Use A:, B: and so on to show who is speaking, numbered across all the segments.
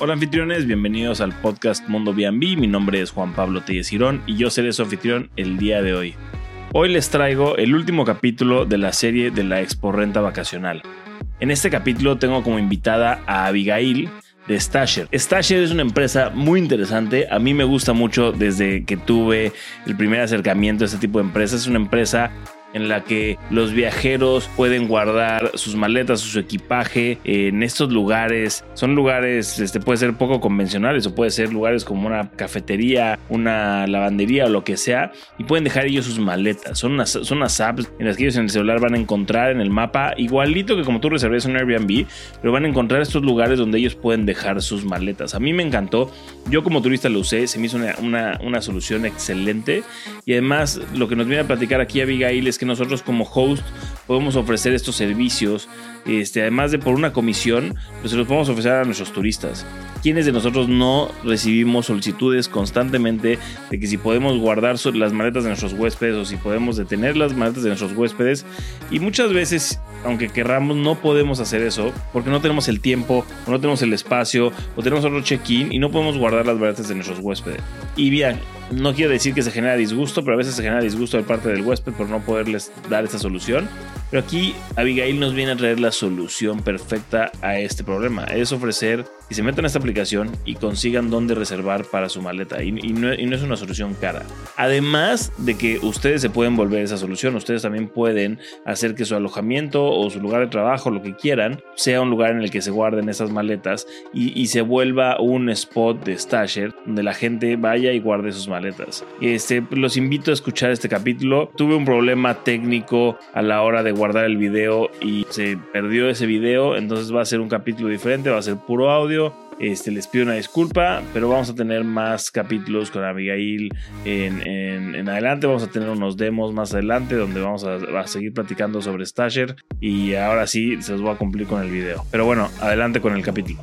A: Hola anfitriones, bienvenidos al podcast Mundo B&B. Mi nombre es Juan Pablo Tellez Girón y yo seré su anfitrión el día de hoy. Hoy les traigo el último capítulo de la serie de la Expo Renta Vacacional. En este capítulo tengo como invitada a Abigail de Stasher. Stasher es una empresa muy interesante. A mí me gusta mucho desde que tuve el primer acercamiento a este tipo de empresas. Es una empresa en la que los viajeros pueden guardar sus maletas, su equipaje en estos lugares. Son lugares, puede ser poco convencionales o puede ser lugares como una cafetería, una lavandería o lo que sea, y pueden dejar ellos sus maletas. Son unas apps en las que ellos en el celular van a encontrar en el mapa, igualito que como tú reserves un Airbnb, pero van a encontrar estos lugares donde ellos pueden dejar sus maletas. A mí me encantó. Yo como turista lo usé, se me hizo una solución excelente, y además lo que nos viene a platicar aquí Abigail es que nosotros como host podemos ofrecer estos servicios, además de por una comisión, pues se los podemos ofrecer a nuestros turistas. ¿Quiénes de nosotros no recibimos solicitudes constantemente de que si podemos guardar las maletas de nuestros huéspedes o si podemos detener las maletas de nuestros huéspedes? Y muchas veces, aunque querramos, no podemos hacer eso porque no tenemos el tiempo o no tenemos el espacio o tenemos otro check-in y no podemos guardar las maletas de nuestros huéspedes. Y bien, no quiero decir que se genera disgusto, pero a veces se genera disgusto de parte del huésped por no poderles dar esta solución. Pero aquí Abigail nos viene a traer la solución perfecta a este problema. Es ofrecer que se metan a esta aplicación y consigan dónde reservar para su maleta. Y no es una solución cara. Además de que ustedes se pueden volver esa solución, ustedes también pueden hacer que su alojamiento o su lugar de trabajo, lo que quieran, sea un lugar en el que se guarden esas maletas y se vuelva un spot de Stasher donde la gente vaya y guarde sus maletas. Los invito a escuchar este capítulo. Tuve un problema técnico a la hora de guardar el video y se perdió ese video, entonces va a ser un capítulo diferente, va a ser puro audio. Les pido una disculpa, pero vamos a tener más capítulos con Abigail en adelante. Vamos a tener unos demos más adelante donde vamos a seguir platicando sobre Stasher, y ahora sí se los voy a cumplir con el video. Pero bueno, adelante con el capítulo.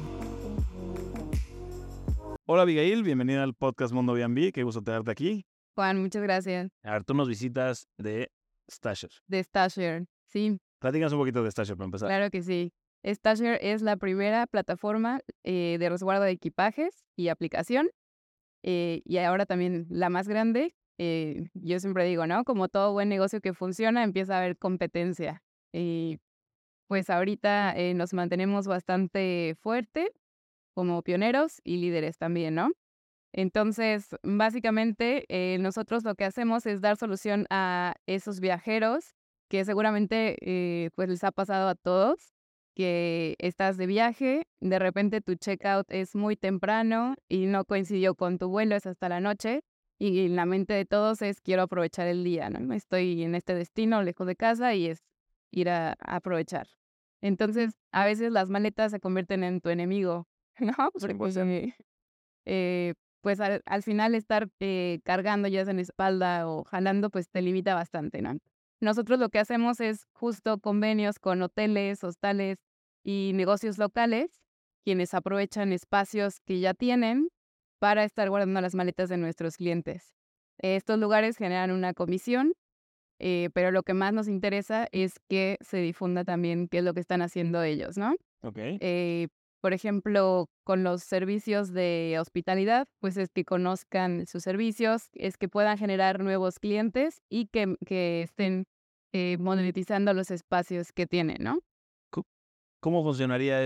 A: Hola Abigail, bienvenida al podcast Mundo B&B, qué gusto tenerte aquí.
B: Juan, muchas gracias.
A: A ver, tú nos visitas de Stasher.
B: De Stasher, sí.
A: Platícanos un poquito de Stasher para empezar.
B: Claro que sí. Stasher es la primera plataforma de resguardo de equipajes y aplicación, y ahora también la más grande. Yo siempre digo, ¿no? Como todo buen negocio que funciona, empieza a haber competencia. Y pues ahorita nos mantenemos bastante fuerte como pioneros y líderes también, ¿no? Entonces, básicamente, nosotros lo que hacemos es dar solución a esos viajeros que seguramente pues les ha pasado a todos, que estás de viaje, de repente tu checkout es muy temprano y no coincidió con tu vuelo, es hasta la noche, y en la mente de todos es quiero aprovechar el día, ¿no? Estoy en este destino lejos de casa y es ir a aprovechar. Entonces, a veces las maletas se convierten en tu enemigo, ¿no? Porque pues al final estar cargando ya sea en la espalda o jalando, pues te limita bastante, ¿no? Nosotros lo que hacemos es justo convenios con hoteles, hostales y negocios locales, quienes aprovechan espacios que ya tienen para estar guardando las maletas de nuestros clientes. Estos lugares generan una comisión, pero lo que más nos interesa es que se difunda también qué es lo que están haciendo ellos, ¿no?
A: Ok.
B: Por ejemplo, con los servicios de hospitalidad, pues es que conozcan sus servicios, es que puedan generar nuevos clientes y que estén monetizando los espacios que tienen, ¿no?
A: Cu- ¿Cómo funcionaría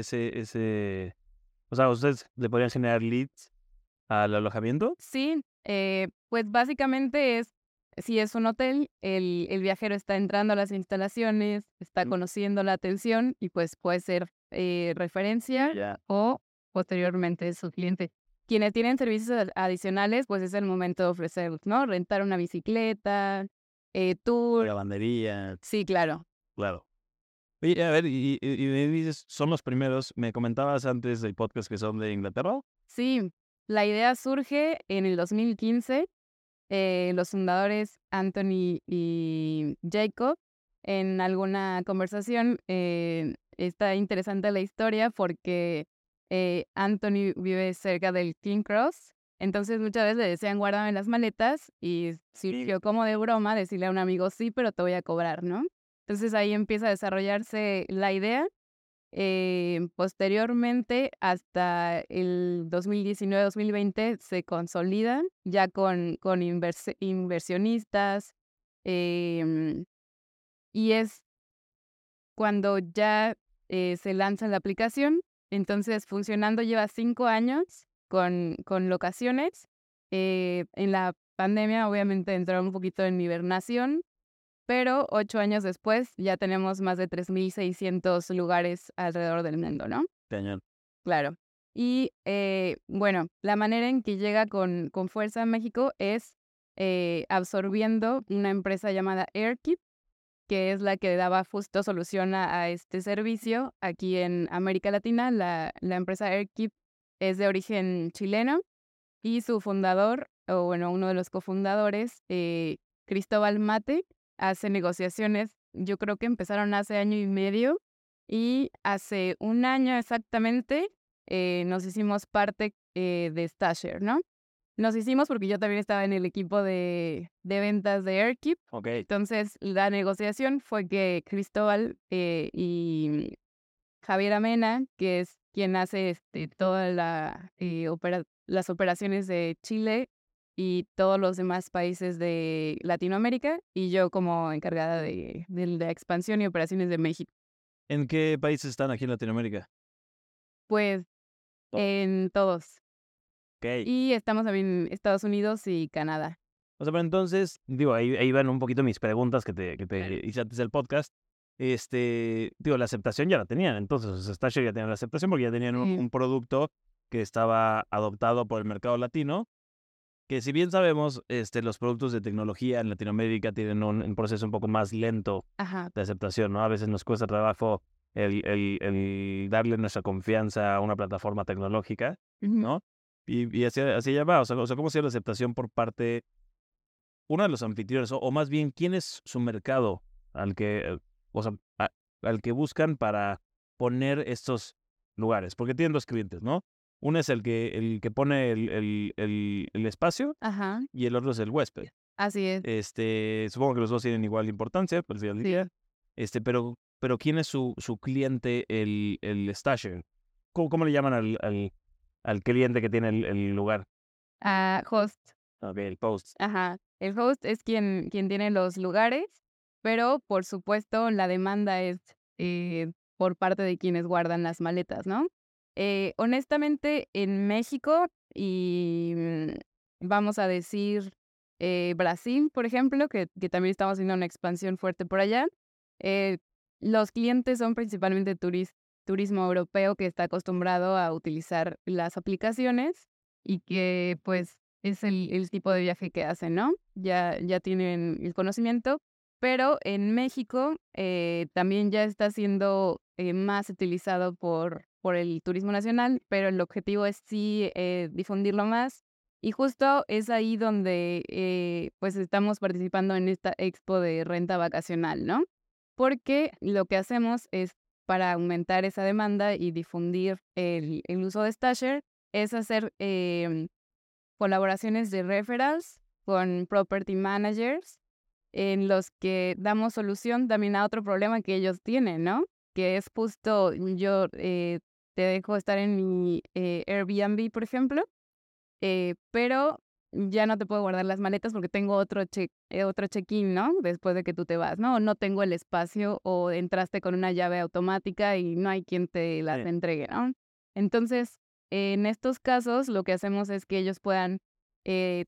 A: o sea, ustedes le podrían generar leads al alojamiento?
B: Sí, pues básicamente es, si es un hotel, el viajero está entrando a las instalaciones, está
A: Mm.
B: conociendo la atención y pues puede ser referencia
A: Ya.
B: o posteriormente su cliente. Quienes tienen servicios adicionales, pues es el momento de ofrecerlos, ¿no? Rentar una bicicleta, tour.
A: Lavandería,
B: Sí, claro.
A: claro. Oye, a ver, y me dices, son los primeros, me comentabas antes del podcast que son de Inglaterra.
B: Sí, la idea surge en el 2015. Los fundadores Anthony y Jacob, en alguna conversación, está interesante la historia porque Anthony vive cerca del King Cross, entonces muchas veces le decían guárdame las maletas y surgió como de broma decirle a un amigo sí, pero te voy a cobrar, ¿no? Entonces ahí empieza a desarrollarse la idea Posteriormente, hasta el 2019-2020, se consolidan ya con inversionistas, em, y es cuando ya se lanza la aplicación. Entonces, funcionando lleva 5 años con locaciones. En la pandemia, obviamente, entró un poquito en hibernación, pero 8 años después ya tenemos más de 3,600 lugares alrededor del mundo, ¿no?
C: Cañón.
B: Claro. Y bueno, la manera en que llega con fuerza a México es absorbiendo una empresa llamada Airkeep, que es la que daba justo solución a este servicio aquí en América Latina. La empresa Airkeep es de origen chileno y su fundador, o bueno, uno de los cofundadores, Cristóbal Mate, hace negociaciones. Yo creo que empezaron hace año y medio y hace un año exactamente nos hicimos parte de Stasher, ¿no? Nos hicimos porque yo también estaba en el equipo de ventas de Airkeep.
C: Ok.
B: Entonces, la negociación fue que Cristóbal y Javier Amena, que es quien hace toda las operaciones de Chile y todos los demás países de Latinoamérica, y yo como encargada de la expansión y operaciones de México.
C: ¿En qué países están aquí en Latinoamérica?
B: Pues en todos.
C: Ok.
B: Y estamos también en Estados Unidos y Canadá.
C: O sea, pero entonces, digo, ahí van un poquito mis preguntas que te
B: Claro.
C: hice antes del podcast. Digo, la aceptación ya la tenían, entonces, o sea, Stasher ya tenían la aceptación porque ya tenían
B: Sí.
C: un producto que estaba adoptado por el mercado latino, que si bien sabemos, los productos de tecnología en Latinoamérica tienen un proceso un poco más lento
B: Ajá.
C: de aceptación, ¿no? A veces nos cuesta trabajo el darle nuestra confianza a una plataforma tecnológica,
B: Ujú.
C: ¿no? Y así ya va, o sea, ¿cómo ha sido la aceptación por parte uno de los anfitriones, o más bien, ¿quién es su mercado al que, o sea, al que buscan para poner estos lugares? Porque tienen dos clientes, ¿no? Uno es el que pone el espacio
B: Ajá.
C: y el otro es el huésped.
B: Así es.
C: Supongo que los dos tienen igual importancia, por final del
B: Sí.
C: día. Pero ¿quién es su cliente, el stasher? ¿Cómo le llaman al cliente que tiene el lugar?
B: Host.
C: Ok, el post.
B: Ajá. El host es quien tiene los lugares, pero por supuesto la demanda es por parte de quienes guardan las maletas, ¿no? Honestamente, en México y vamos a decir Brasil, por ejemplo, que también estamos haciendo una expansión fuerte por allá, eh, los clientes son principalmente turismo europeo que está acostumbrado a utilizar las aplicaciones y que pues es el tipo de viaje que hacen, ¿no? Ya tienen el conocimiento, pero en México también ya está siendo más utilizado por el turismo nacional, pero el objetivo es sí difundirlo más. Y justo es ahí donde pues estamos participando en esta expo de renta vacacional, ¿no? Porque lo que hacemos es, para aumentar esa demanda y difundir el uso de Stasher, es hacer colaboraciones de referrals con property managers en los que damos solución también a otro problema que ellos tienen, ¿no? Que es justo, yo te dejo estar en mi Airbnb, por ejemplo, pero ya no te puedo guardar las maletas porque tengo otro check-in, ¿no? Después de que tú te vas, ¿no? O no tengo el espacio o entraste con una llave automática y no hay quien te las
C: Sí.
B: entregue, ¿no? Entonces, en estos casos, lo que hacemos es que ellos puedan eh,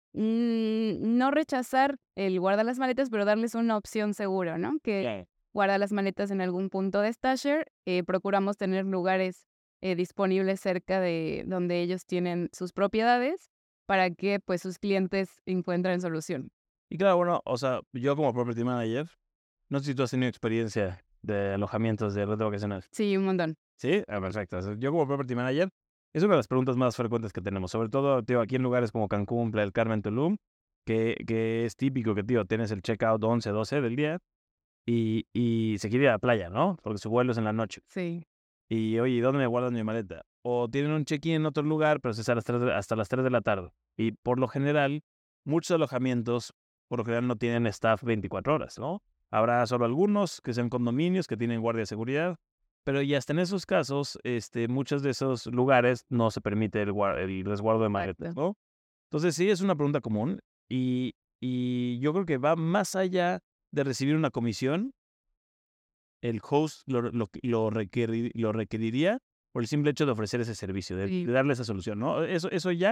B: no rechazar el guardar las maletas, pero darles una opción segura, ¿no? Que guarda las maletas en algún punto de Stasher. Procuramos tener lugares disponibles cerca de donde ellos tienen sus propiedades para que pues sus clientes encuentren solución.
C: Y claro, bueno, o sea, yo como property manager, no sé si tú has tenido experiencia de alojamientos de renta vacacional.
B: Sí, un montón.
C: ¿Sí? Perfecto. O sea, yo como property manager, es una de las preguntas más frecuentes que tenemos, sobre todo, tío, aquí en lugares como Cancún, Playa del Carmen, Tulum, que es típico que, tío, tienes el checkout 11, 12 del día y se quiere ir a la playa, ¿no? Porque su vuelo es en la noche.
B: Sí.
C: Y, oye, ¿dónde me guardan mi maleta? O tienen un check-in en otro lugar, pero es hasta las 3 de la tarde. Y por lo general, muchos alojamientos, por lo general, no tienen staff 24 horas, ¿no? Habrá solo algunos que sean condominios, que tienen guardia de seguridad, Pero ya hasta en esos casos, muchos de esos lugares no se permite el resguardo de maletas,
B: Exacto.
C: ¿no? Entonces sí, es una pregunta común y yo creo que va más allá de recibir una comisión. El host lo requeriría por el simple hecho de ofrecer ese servicio, de
B: Sí,
C: darle esa solución, ¿no? Eso ya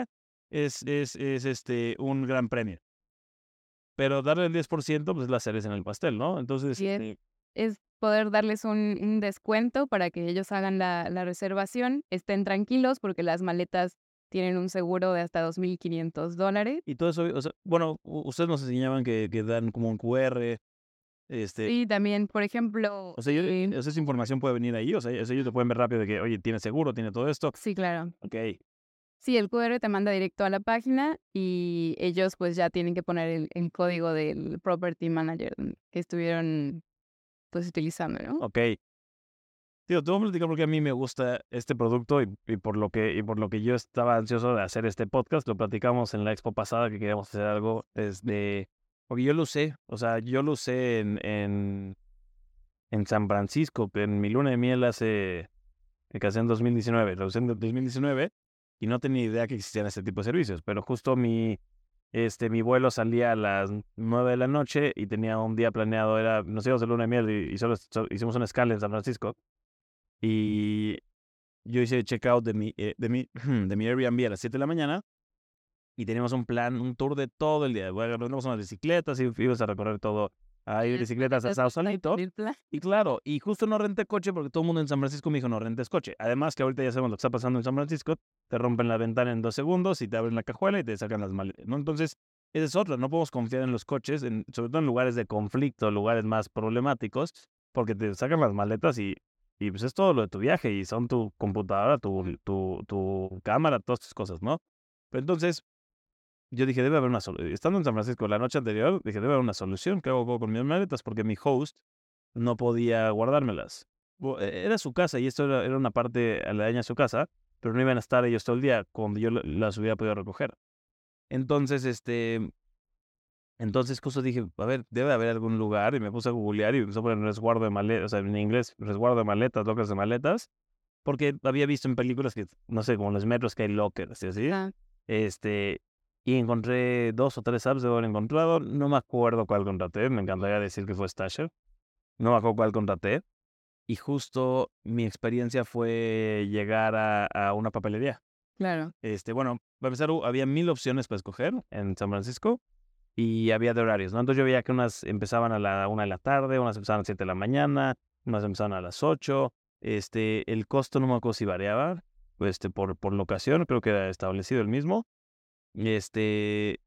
C: un gran premio. Pero darle el 10%, pues, es la cereza en el pastel, ¿no? Entonces,
B: y es poder darles un descuento para que ellos hagan la reservación, estén tranquilos porque las maletas tienen un seguro de hasta $2,500.
C: y todo eso, o sea, bueno, ustedes nos enseñaban que dan como un QR,
B: Sí, también, por ejemplo,
C: o sea, o sea, esa información puede venir ahí, o sea, ellos te pueden ver rápido de que, oye, tiene seguro, tiene todo esto.
B: sí, claro.
C: Okey.
B: Sí, el QR te manda directo a la página y ellos pues ya tienen que poner el código del property manager que estuvieron pues utilizando, ¿no?
C: Okey. Tío, te voy a platicar porque a mí me gusta este producto y por lo que yo estaba ansioso de hacer este podcast. Lo platicamos en la expo pasada que queríamos hacer algo porque yo lo usé, o sea, yo lo usé en San Francisco, en mi luna de miel me casé en 2019, lo usé en 2019 y no tenía idea que existían este tipo de servicios, pero justo mi vuelo salía a las 9 de la noche y tenía un día planeado, nos íbamos de luna de miel y solo hicimos una escala en San Francisco. Y yo hice checkout de mi Airbnb a las 7 de la mañana y teníamos un plan, un tour de todo el día. Bueno, agarramos unas bicicletas y íbamos a recorrer todo. Hay
B: Las
C: bicicletas a
B: maletas
C: Sausalito.
B: del plan.
C: Y claro, y justo no renté coche porque todo el mundo en San Francisco me dijo no rentes coche. Además que ahorita ya sabemos lo que está pasando en San Francisco. Te rompen la ventana en 2 segundos y te abren la cajuela y te sacan las maletas, ¿no? Entonces, esa es otra. No podemos confiar en los coches, sobre todo en lugares de conflicto, lugares más problemáticos, porque te sacan las maletas y pues es todo lo de tu viaje y son tu computadora, tu cámara, todas tus cosas, ¿no? Pero entonces yo dije, debe haber una solución. Estando en San Francisco la noche anterior, dije, debe haber una solución. ¿Qué hago con mis maletas? Porque mi host no podía guardármelas. Era su casa y esto era una parte aledaña a su casa, pero no iban a estar ellos todo el día cuando yo las hubiera podido recoger. Entonces, entonces justo dije, a ver, debe haber algún lugar y me puse a googlear y me puse a poner resguardo de maletas, o sea, en inglés, resguardo de maletas, lockers de maletas, porque había visto en películas que, no sé, como en los metros que hay lockers y así,
B: Ah,
C: este, y encontré 2 o 3 apps de haber encontrado, no me acuerdo cuál contraté, me encantaría decir que fue Stasher, no me acuerdo cuál contraté, y justo mi experiencia fue llegar a una papelería.
B: claro.
C: Bueno, para empezar, había 1000 opciones para escoger en San Francisco, y había de horarios, ¿no? Entonces yo veía que unas empezaban a la 1 de la tarde, unas empezaban a las 7 de la mañana, unas empezaban a las 8. El costo no me acuerdo si variaba, por locación, creo que era establecido el mismo. Este,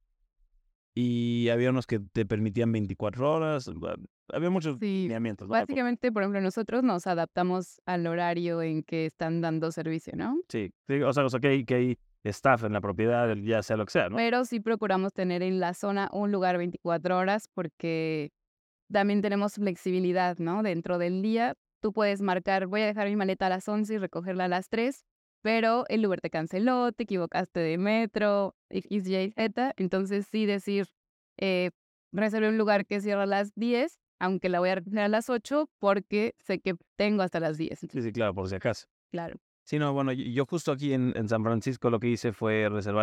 C: y había unos que te permitían 24 horas, había muchos
B: Sí,
C: lineamientos, ¿no?
B: básicamente, por ejemplo, nosotros nos adaptamos al horario en que están dando servicio, ¿no?
C: Sí, sí, o sea que hay staff en la propiedad, ya sea lo que sea, ¿no?
B: Pero sí procuramos tener en la zona un lugar 24 horas porque también tenemos flexibilidad, ¿no? Dentro del día, tú puedes marcar, voy a dejar mi maleta a las 11 y recogerla a las 3, pero el Uber te canceló, te equivocaste de metro, X, Y, Z. Entonces sí decir, eh, reservé un lugar que cierra a las 10, aunque la voy a recoger a las 8 porque sé que tengo hasta las 10.
C: Sí, sí, claro, por si acaso.
B: Claro.
C: Sí, no, bueno, yo justo aquí en San Francisco lo que hice fue reservar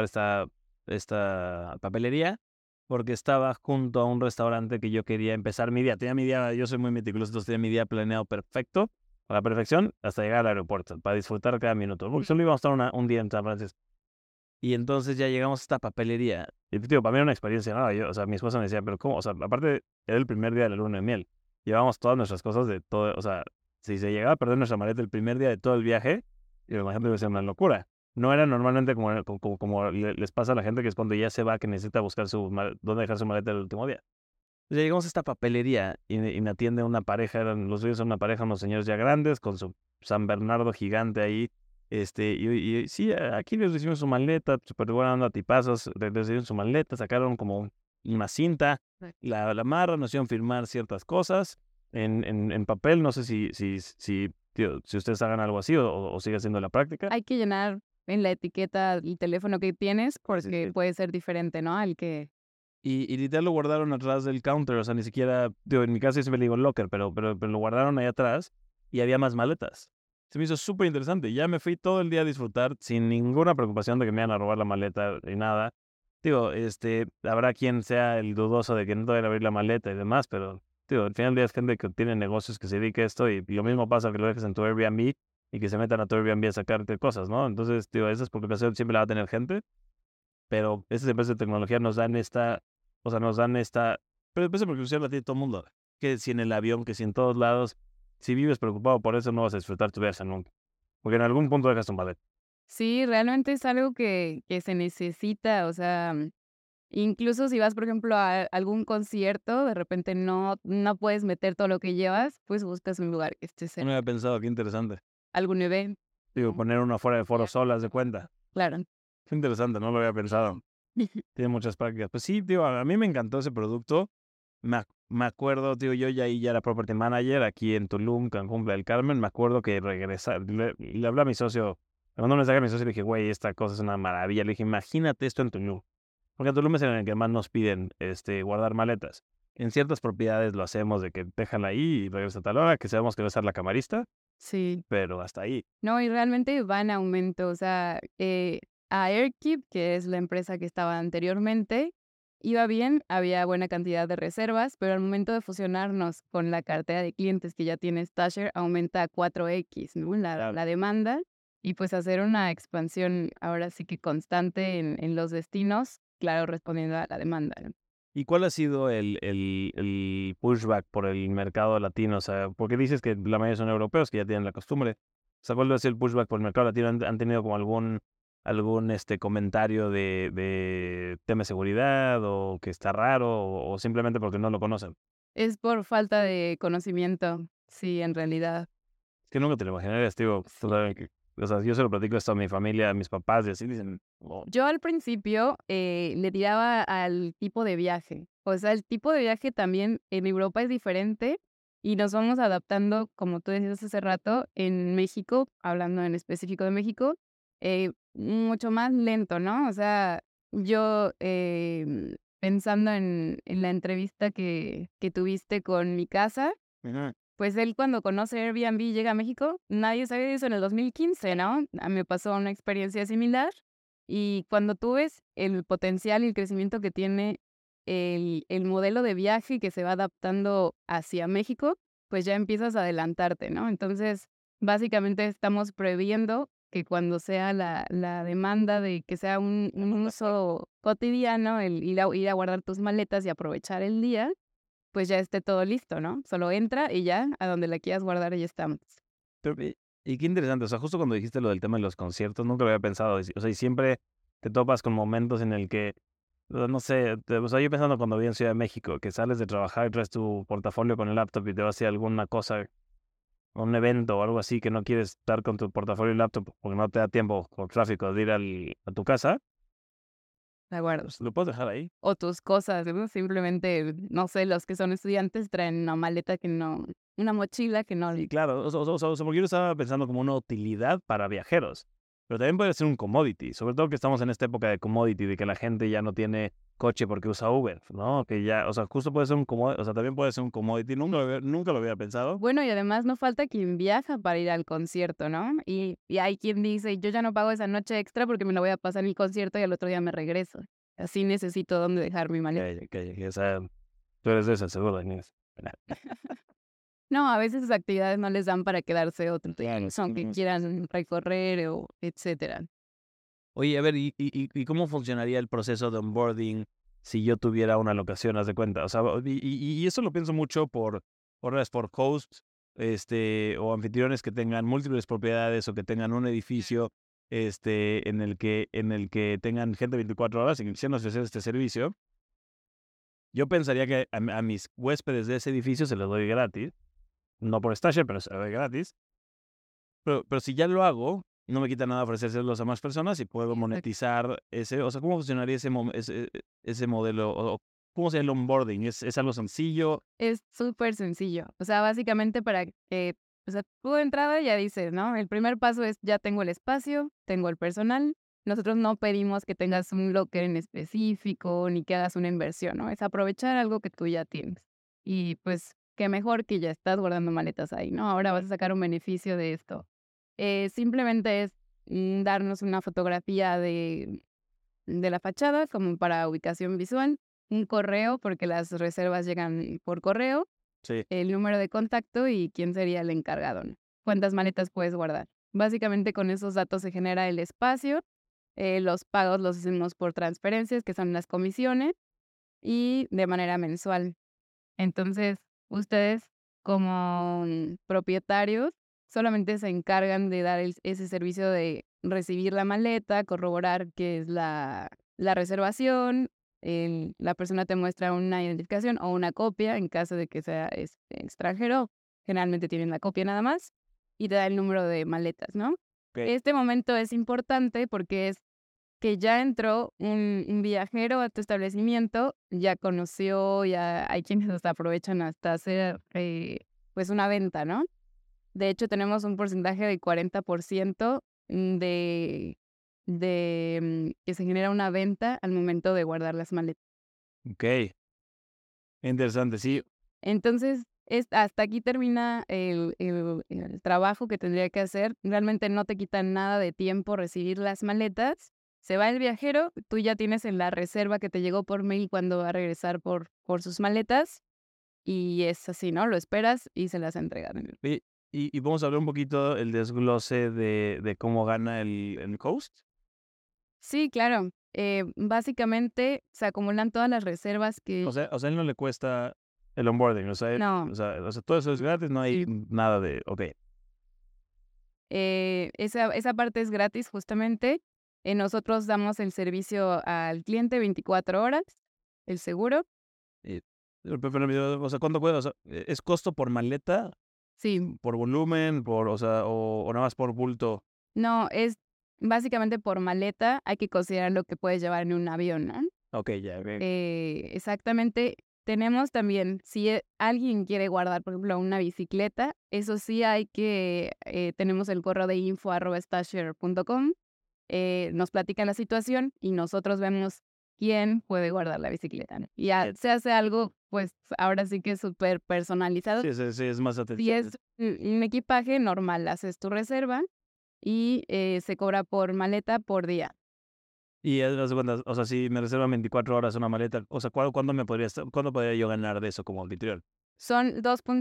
C: esta papelería porque estaba junto a un restaurante que yo quería empezar mi día. Tenía mi día, yo soy muy meticuloso, entonces tenía mi día planeado perfecto, a la perfección, hasta llegar al aeropuerto, para disfrutar cada minuto. Porque solo íbamos a estar un día en San Francisco. Y entonces ya llegamos a esta papelería. Y digo, para mí era una experiencia, ¿no? O sea, mi esposa me decía, pero ¿cómo? O sea, aparte, era el primer día de la luna de miel. Llevábamos todas nuestras cosas de todo, o sea, si se llegaba a perder nuestra maleta el primer día de todo el viaje, y la gente debe ser una locura. No era normalmente como les pasa a la gente, que es cuando ya se va, que necesita buscar dónde dejar su maleta el último día. Entonces llegamos a esta papelería y me atiende una pareja, los suyos son una pareja, unos señores ya grandes, con su San Bernardo gigante ahí. Y sí, aquí les recibimos su maleta, súper buena onda, tipazos, les recibimos su maleta, sacaron como una cinta, la amarran, nos hicieron firmar ciertas cosas en papel. No sé tío, si ustedes hagan algo así o sigue siendo la práctica.
B: Hay que llenar en la etiqueta el teléfono que tienes
C: Sí,
B: porque
C: sí.
B: puede ser diferente, ¿no? Al que...
C: Y literal lo guardaron atrás del counter, o sea, ni siquiera, digo, en mi caso yo siempre le digo locker, pero lo guardaron ahí atrás y había más maletas. Se me hizo súper interesante. Ya me fui todo el día a disfrutar sin ninguna preocupación de que me iban a robar la maleta ni nada. Digo, habrá quien sea el dudoso de que no te vayan a abrir la maleta y demás, pero, digo, al final del día es gente que tiene negocios que se dedica a esto y lo mismo pasa que lo dejes en tu Airbnb y que se metan a tu Airbnb a sacarte cosas, ¿no? Entonces, digo, esas preocupaciones siempre la va a tener gente, pero esas empresas de tecnología nos dan pero empieza por curiosidad la tiene todo el mundo. Que si en el avión, que si en todos lados, si vives preocupado por eso, no vas a disfrutar tu viaje nunca. Porque en algún punto dejas tu maleta.
B: Sí, realmente es algo que se necesita, o sea, incluso si vas, por ejemplo, a algún concierto, de repente no puedes meter todo lo que llevas, pues buscas un lugar que esté
C: No me
B: cerca,
C: había pensado, qué interesante.
B: algún evento,
C: Digo,
B: ¿no?
C: poner una fuera de foro
B: Ya,
C: solas de cuenta.
B: claro.
C: Qué interesante, no lo había pensado. Tiene muchas prácticas. Pues sí, tío, a mí me encantó ese producto. Me acuerdo, tío, yo ya era property manager aquí en Tulum, Cancún, Playa del Carmen. Me acuerdo que le hablé a mi socio, le mandé un mensaje a mi socio y le dije, güey, esta cosa es una maravilla. Le dije, imagínate esto en Tulum. Porque en Tulum es en el que más nos piden guardar maletas. En ciertas propiedades lo hacemos de que déjala ahí y regresa a tal hora, que sabemos que va a ser la camarista,
B: Sí.
C: pero hasta ahí.
B: No, y realmente va en aumento, o sea, a Airkeep, que es la empresa que estaba anteriormente, iba bien, había buena cantidad de reservas, pero al momento de fusionarnos con la cartera de clientes que ya tiene Stasher, aumenta a 4x, ¿no?
C: Claro.
B: La demanda, y pues hacer una expansión ahora sí que constante en los destinos, claro, respondiendo a la demanda, ¿no?
C: ¿Y cuál ha sido el pushback por el mercado latino? O sea, porque dices que la mayoría son europeos que ya tienen la costumbre. O sea, ¿cuál ha sido el pushback por el mercado latino? ¿Han tenido como algún comentario de tema de seguridad o que está raro o simplemente porque no lo conocen?
B: Es por falta de conocimiento, sí, en realidad.
C: Es que nunca te lo imaginarías, tío. O sea, yo se lo platico esto a mi familia, a mis papás y así dicen, "Oh,
B: Yo al principio le tiraba al tipo de viaje. O sea, el tipo de viaje también en Europa es diferente y nos vamos adaptando, como tú decías hace rato, en México, hablando en específico de México, mucho más lento, ¿no? O sea, yo pensando en la entrevista que tuviste con mi casa,
C: ujú".
B: pues él cuando conoce Airbnb y llega a México, nadie sabía de eso en el 2015, ¿no? A mí me pasó una experiencia similar y cuando tú ves el potencial y el crecimiento que tiene el modelo de viaje que se va adaptando hacia México, pues ya empiezas a adelantarte, ¿no? Entonces, básicamente estamos previendo que cuando sea la demanda de que sea un uso cotidiano, el ir a guardar tus maletas y aprovechar el día, pues ya esté todo listo, ¿no? Solo entra y ya, a donde la quieras guardar, ya estamos.
C: Y qué interesante, o sea, justo cuando dijiste lo del tema de los conciertos, nunca lo había pensado, o sea, y siempre te topas con momentos en el que, no sé, o sea, yo pensando cuando vi en Ciudad de México, que sales de trabajar y traes tu portafolio con el laptop y te vas a hacer alguna cosa, un evento o algo así que no quieres estar con tu portafolio y laptop porque no te da tiempo por tráfico de ir a tu casa,
B: La guardo.
C: pues lo puedes dejar ahí.
B: O tus cosas, ¿no? Simplemente, no sé, los que son estudiantes traen una maleta que no, una mochila que no.
C: Sí, claro, o sea, porque yo lo estaba pensando como una utilidad para viajeros, pero también puede ser un commodity, sobre todo que estamos en esta época de commodity, de que la gente ya no tiene coche porque usa Uber, ¿no? Que ya, o sea, justo puede ser un commodity, o sea, también puede ser un commodity, nunca lo había pensado.
B: Bueno, y además no falta quien viaja para ir al concierto, ¿no? Y hay quien dice, yo ya no pago esa noche extra porque me la voy a pasar en el concierto y al otro día me regreso. Así necesito dónde dejar mi maleta.
C: O sea, tú eres de esa, seguro, Inés.
B: No, a veces sus actividades no les dan para quedarse otro día,
C: Claro,
B: son que quieran recorrer o etcétera.
C: Oye, a ver, ¿y cómo funcionaría el proceso de onboarding si yo tuviera una locación, haz de cuenta? O sea, y eso lo pienso mucho por hosts, o anfitriones que tengan múltiples propiedades o que tengan un edificio, en el que tengan gente 24 horas y que quisieran ofrecer este servicio. Yo pensaría que a mis huéspedes de ese edificio se los doy gratis, no por Stasher, pero se los doy gratis. Pero si ya lo hago, no me quita nada ofrecérselos a más personas y puedo monetizar ese, o sea, ¿cómo funcionaría ese modelo? O ¿cómo sería el onboarding? ¿Es algo sencillo?
B: Es súper sencillo. O sea, básicamente para que, o sea, tú de entrada ya dices, ¿no? El primer paso es ya tengo el espacio, tengo el personal. Nosotros no pedimos que tengas un locker en específico ni que hagas una inversión, ¿no? Es aprovechar algo que tú ya tienes. Y pues qué mejor que ya estás guardando maletas ahí, ¿no? Ahora vas a sacar un beneficio de esto. Simplemente es darnos una fotografía de la fachada como para ubicación visual, un correo, porque las reservas llegan por correo,
C: Sí.
B: el número de contacto y quién sería el encargado, ¿no? Cuántas maletas puedes guardar. Básicamente con esos datos se genera el espacio, los pagos los hacemos por transferencias, que son las comisiones, y de manera mensual. Entonces, ustedes como propietarios solamente se encargan de dar ese servicio de recibir la maleta, corroborar que es la reservación, la persona te muestra una identificación o una copia en caso de que sea extranjero, generalmente tienen la copia nada más, y te da el número de maletas, ¿no?
C: Ok.
B: Este momento es importante porque es que ya entró un viajero a tu establecimiento, ya conoció, ya hay quienes hasta aprovechan hasta hacer pues una venta, ¿no? De hecho, tenemos un porcentaje del 40% que se genera una venta al momento de guardar las maletas.
C: Ok. Interesante, sí.
B: Entonces, hasta aquí termina el trabajo que tendría que hacer. Realmente no te quita nada de tiempo recibir las maletas. Se va el viajero, tú ya tienes en la reserva que te llegó por mail cuando va a regresar por sus maletas. Y es así, ¿no? Lo esperas y se las entregan.
C: Y vamos a hablar un poquito el desglose de cómo gana el host.
B: Sí, claro. Básicamente se acumulan todas las reservas que...
C: O sea, a él no le cuesta el onboarding,
B: No.
C: o sea, todo eso es gratis, no hay
B: Sí.
C: nada de, ok.
B: Esa parte es gratis justamente. Nosotros damos el servicio al cliente 24 horas, el seguro.
C: Pero, o sea, ¿cuánto puede? O sea, ¿es costo por maleta,
B: Sí,
C: por volumen, o sea, o nada más por bulto?
B: no, es básicamente por maleta. Hay que considerar lo que puedes llevar en un avión, ¿no?
C: Ok, ya, ok.
B: Exactamente. Tenemos también, si alguien quiere guardar, por ejemplo, una bicicleta, eso sí tenemos el correo de info@stasher.com. Nos platican la situación y nosotros vemos quién puede guardar la bicicleta, ¿no? Y ya se hace algo, pues ahora sí que es súper personalizado.
C: Sí, es más
B: Si
C: atención.
B: es un equipaje normal, haces tu reserva y se cobra por maleta por día.
C: Y haz de cuenta, o sea, si me reservan 24 horas una maleta, o sea, ¿cuándo podría yo ganar de eso como anfitrión?
B: Son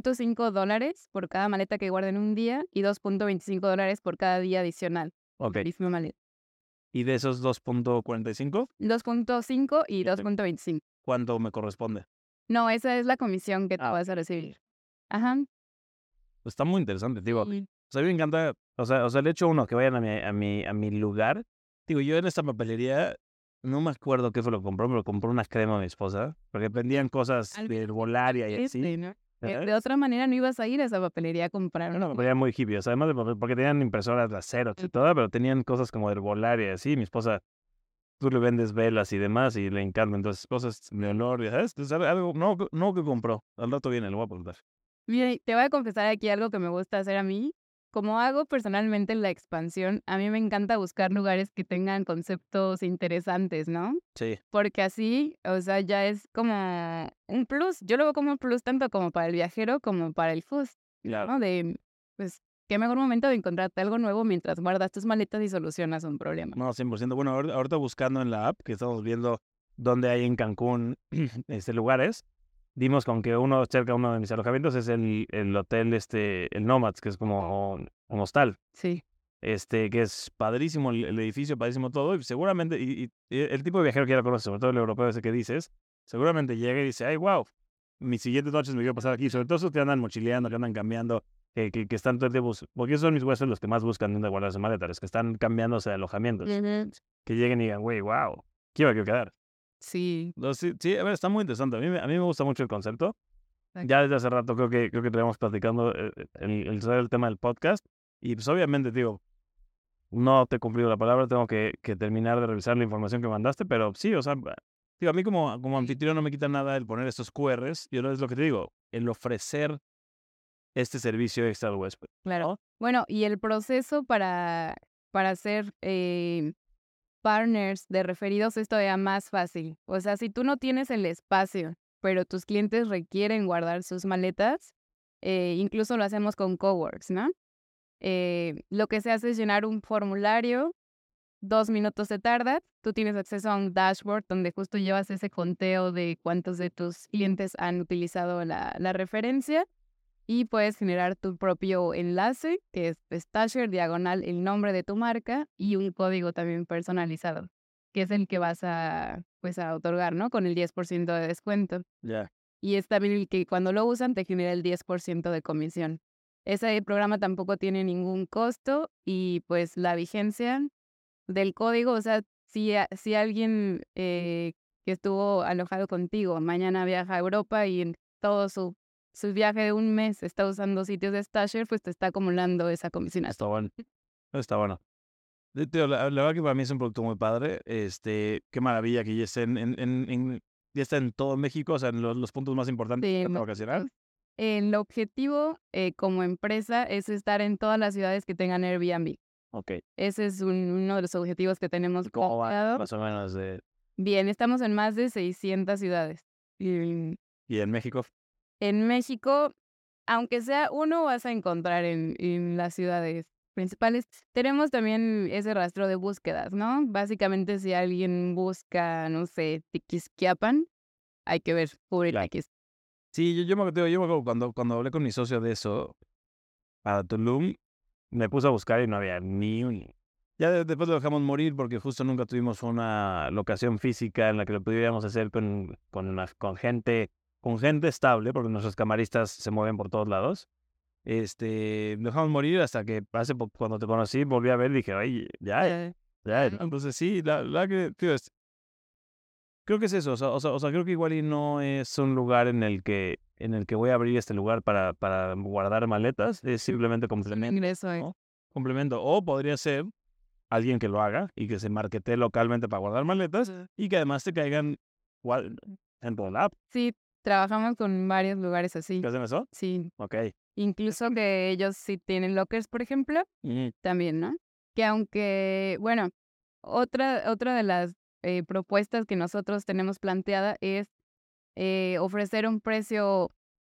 B: $2.5 por cada maleta que guarden un día y $2.25 por cada día adicional.
C: Ok.
B: La misma maleta.
C: ¿Y de esos 2.45,
B: 2.5 y
C: Ya sé.
B: 2.25.
C: cuánto me corresponde?
B: No, esa es la comisión que tú
C: Ah,
B: vas a recibir. Ajá.
C: Pues está muy interesante, digo. O
B: Sí.
C: sea, a mí me encanta, o sea, el hecho uno, que vayan a mi lugar. Digo, yo en esta papelería, no me acuerdo qué fue lo que compró, pero compró una crema a mi esposa, porque vendían cosas
B: Al
C: de
B: menos
C: herbolaria y así.
B: ¿no? De
C: ¿Sabes?
B: otra manera no ibas a ir a esa papelería a comprar.
C: Una papelería muy hippie, o sea, además de porque tenían impresoras de acero y todo, pero tenían cosas como de herbolaria y así. Mi esposa, tú le vendes velas y demás y le encanta, entonces cosas de olor, ¿sabes? Entonces, algo, no que compró. Al rato viene, le voy a preguntar.
B: Mira, y te voy a confesar aquí algo que me gusta hacer a mí. Como hago personalmente la expansión, a mí me encanta buscar lugares que tengan conceptos interesantes, ¿no?
C: Sí,
B: Porque así, o sea, ya es como un plus. Yo lo veo como un plus tanto como para el viajero como para el host,
C: claro.
B: ¿no? Pues, qué mejor momento de encontrarte algo nuevo mientras guardas tus maletas y solucionas un problema.
C: No, 100%. Bueno, ahorita buscando en la app, que estamos viendo dónde hay en Cancún lugares, dimos con que cerca de uno de mis alojamientos es el hotel, el Nomads, que es como un hostal,
B: Sí.
C: que es padrísimo el edificio, padrísimo todo, y seguramente, y el tipo de viajero que ya lo conoce, sobre todo el europeo ese que dices, seguramente llega y dice, ay, wow, mis siguientes noches me quiero pasar aquí, sobre todo esos que andan mochileando, que andan cambiando, que están todo el tiempo, porque esos son mis huesos los que más buscan dónde guardar su maleta, los que están cambiándose de alojamientos, que lleguen y digan, güey, wow, quiero quedar.
B: Sí.
C: No, sí, sí, a ver, está muy interesante. A mí me gusta mucho el concepto.
B: Exacto.
C: Ya desde hace rato creo que teníamos platicando el tema del podcast. Y pues obviamente, digo, no te he cumplido la palabra, tengo que terminar de revisar la información que mandaste, pero sí, o sea, digo, a mí como anfitrión no me quita nada el poner estos QRs. Y ahora es lo que te digo, el ofrecer este servicio extra al huésped.
B: Claro. Bueno, y el proceso para hacer partners de referidos es todavía más fácil. O sea, si tú no tienes el espacio, pero tus clientes requieren guardar sus maletas, incluso lo hacemos con coworks, ¿no? Lo que se hace es llenar un formulario, 2 minutos se tarda, tú tienes acceso a un dashboard donde justo llevas ese conteo de cuántos de tus clientes han utilizado la referencia y puedes generar tu propio enlace, que es Stasher, diagonal, el nombre de tu marca y un código también personalizado, que es el que vas a otorgar, ¿no? Con el 10% de descuento.
C: Ya.
B: Y es también el que cuando lo usan te genera el 10% de comisión. Ese programa tampoco tiene ningún costo y pues la vigencia del código, o sea, si alguien que estuvo alojado contigo mañana viaja a Europa y en todo su viaje de un mes está usando sitios de Stasher, pues te está acumulando esa comisión.
C: Está bueno. Está bueno. Tío, la verdad que para mí es un producto muy padre. Qué maravilla que ya esté ya está en todo México, o sea, en los puntos más importantes
B: Sí,
C: para vacacionar.
B: el objetivo como empresa es estar en todas las ciudades que tengan Airbnb.
C: Ok.
B: Ese es uno de los objetivos que tenemos
C: ¿Cómo va?
B: planteado.
C: Más o menos de...
B: Bien, estamos en más de 600 ciudades. Y
C: ¿Y en México?
B: en México, aunque sea uno, vas a encontrar en las ciudades principales. Tenemos también ese rastro de búsquedas, ¿no? Básicamente, si alguien busca, no sé, Tiquisquiapan, hay que ver cubrir
C: Claro.
B: Tiquis.
C: Sí, yo me acuerdo cuando hablé con mi socio de eso, para Tulum, me puse a buscar y no había ni un... Ya después lo dejamos morir porque justo nunca tuvimos una locación física en la que lo pudiéramos hacer con gente estable, porque nuestros camaristas se mueven por todos lados. Lo dejamos morir hasta que cuando te conocí, volví a ver y dije, oye, ya. Entonces sí, la verdad que, tío, creo que es eso, o sea, creo que igual y no es un lugar en el que voy a abrir este lugar para guardar maletas, es simplemente complemento,
B: Ingreso,
C: ¿no? Complemento, o podría ser alguien que lo haga y que se marketee localmente para guardar maletas y que además te caigan dentro de la app.
B: Sí, trabajamos con varios lugares así.
C: ¿Qué hacen eso?
B: Sí,
C: Ok.
B: incluso que ellos sí tienen lockers, por ejemplo, también, ¿no? Que aunque, bueno, otra de las propuestas que nosotros tenemos planteada es ofrecer un precio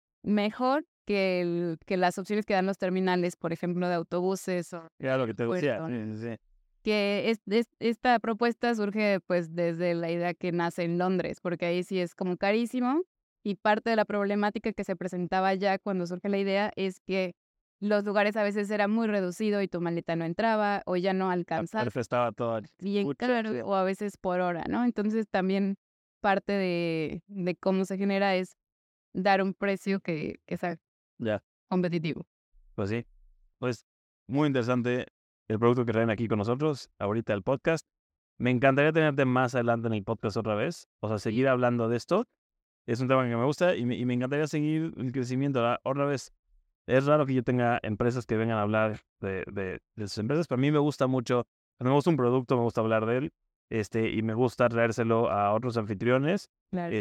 B: mejor que las opciones que dan los terminales, por ejemplo, de autobuses o
C: Era lo que te decía.
B: aeropuerto.
C: Sí.
B: Que esta propuesta surge pues desde la idea que nace en Londres, porque ahí sí es como carísimo y parte de la problemática que se presentaba ya cuando surge la idea es que los lugares a veces era muy reducido y tu maleta no entraba o ya no alcanzaba
C: Estaba todo
B: bien
C: mucho,
B: caro
C: sí.
B: o a veces por hora, ¿no? Entonces también parte de cómo se genera es dar un precio que sea
C: Ya,
B: competitivo.
C: pues sí. Pues muy interesante el producto que traen aquí con nosotros, ahorita el podcast. Me encantaría tenerte más adelante en el podcast otra vez, o sea, seguir hablando de esto. Es un tema que me gusta y me encantaría seguir el crecimiento. Otra vez, es raro que yo tenga empresas que vengan a hablar de sus empresas, pero a mí me gusta mucho, cuando me gusta un producto, me gusta hablar de él, y me gusta traérselo a otros anfitriones,
B: Claro.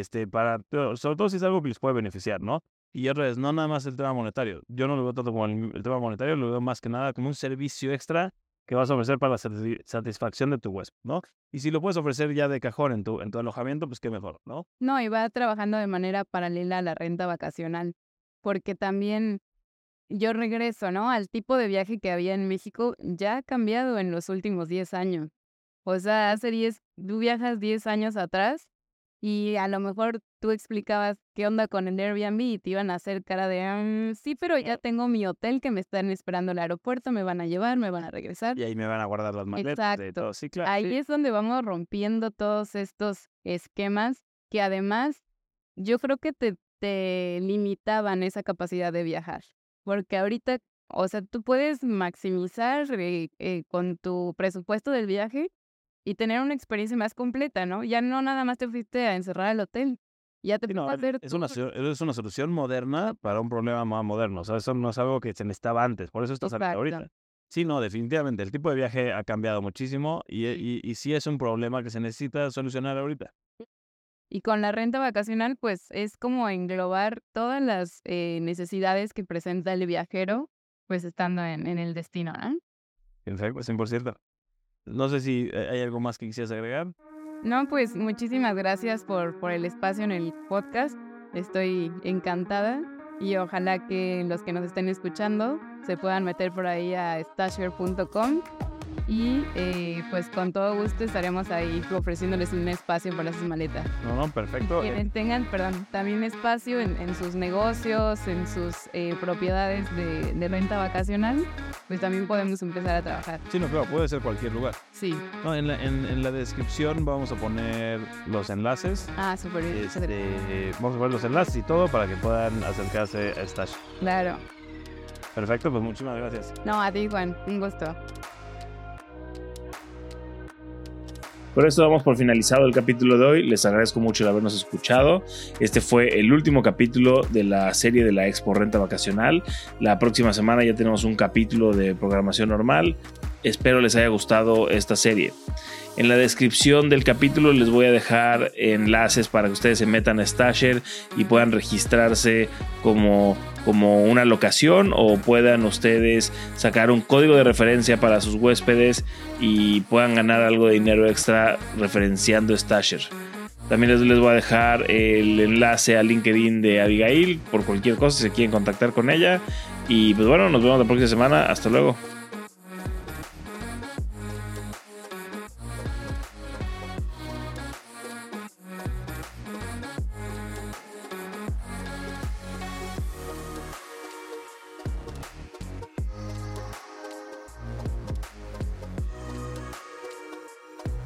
C: sobre todo si es algo que les puede beneficiar, ¿no? Y otra vez, no nada más el tema monetario. Yo no lo veo tanto como el tema monetario, lo veo más que nada como un servicio extra que vas a ofrecer para la satisfacción de tu huésped, ¿no? Y si lo puedes ofrecer ya de cajón en tu alojamiento, pues qué mejor, ¿no?
B: No, y va trabajando de manera paralela a la renta vacacional, porque también yo regreso, ¿no? Al tipo de viaje que había en México ya ha cambiado en los últimos 10 años. O sea, tú viajas 10 años atrás y a lo mejor tú explicabas qué onda con el Airbnb y te iban a hacer cara de, sí, pero ya tengo mi hotel que me están esperando en el aeropuerto, me van a llevar, me van a regresar.
C: Y ahí me van a guardar las maletas y
B: Exacto.
C: todo. Sí, claro.
B: Ahí
C: Sí.
B: es donde vamos rompiendo todos estos esquemas que además yo creo que te limitaban esa capacidad de viajar. Porque ahorita, o sea, tú puedes maximizar con tu presupuesto del viaje y tener una experiencia más completa, ¿no? Ya no nada más te fuiste a encerrar al hotel. Ya te
C: Sí, no,
B: puedes hacer
C: es una solución moderna para un problema más moderno. O sea, eso no es algo que se necesitaba antes. Por eso está saliendo ahorita.
B: Exacto.
C: Sí, no, definitivamente. El tipo de viaje ha cambiado muchísimo y sí es un problema que se necesita solucionar ahorita.
B: Y con la renta vacacional, pues es como englobar todas las necesidades que presenta el viajero, pues estando en el destino, ¿no?
C: Perfecto, 100%. No sé si hay algo más que quisieras agregar.
B: No, pues muchísimas gracias por el espacio en el podcast. Estoy encantada y ojalá que los que nos estén escuchando se puedan meter por ahí a stasher.com y pues con todo gusto estaremos ahí ofreciéndoles un espacio para sus maletas.
C: No, perfecto.
B: Quienes tengan, también espacio en sus negocios, en sus propiedades de renta vacacional, pues también podemos empezar a trabajar.
C: Sí, no, claro, puede ser cualquier lugar.
B: Sí.
C: No, en la descripción vamos a poner los enlaces.
B: Ah, súper bien.
C: Vamos a poner los enlaces y todo para que puedan acercarse a Stash.
B: Claro.
C: Perfecto, pues muchísimas gracias.
B: No, a ti, Juan, un gusto.
A: Por esto damos por finalizado el capítulo de hoy. Les agradezco mucho el habernos escuchado. Este fue el último capítulo de la serie de la Expo Renta Vacacional. La próxima semana ya tenemos un capítulo de programación normal. Espero les haya gustado esta serie. En la descripción del capítulo les voy a dejar enlaces para que ustedes se metan a Stasher y puedan registrarse como una locación, o puedan ustedes sacar un código de referencia para sus huéspedes y puedan ganar algo de dinero extra referenciando Stasher. También les voy a dejar el enlace a LinkedIn de Abigail por cualquier cosa si se quieren contactar con ella. Y pues bueno, nos vemos la próxima semana. Hasta luego.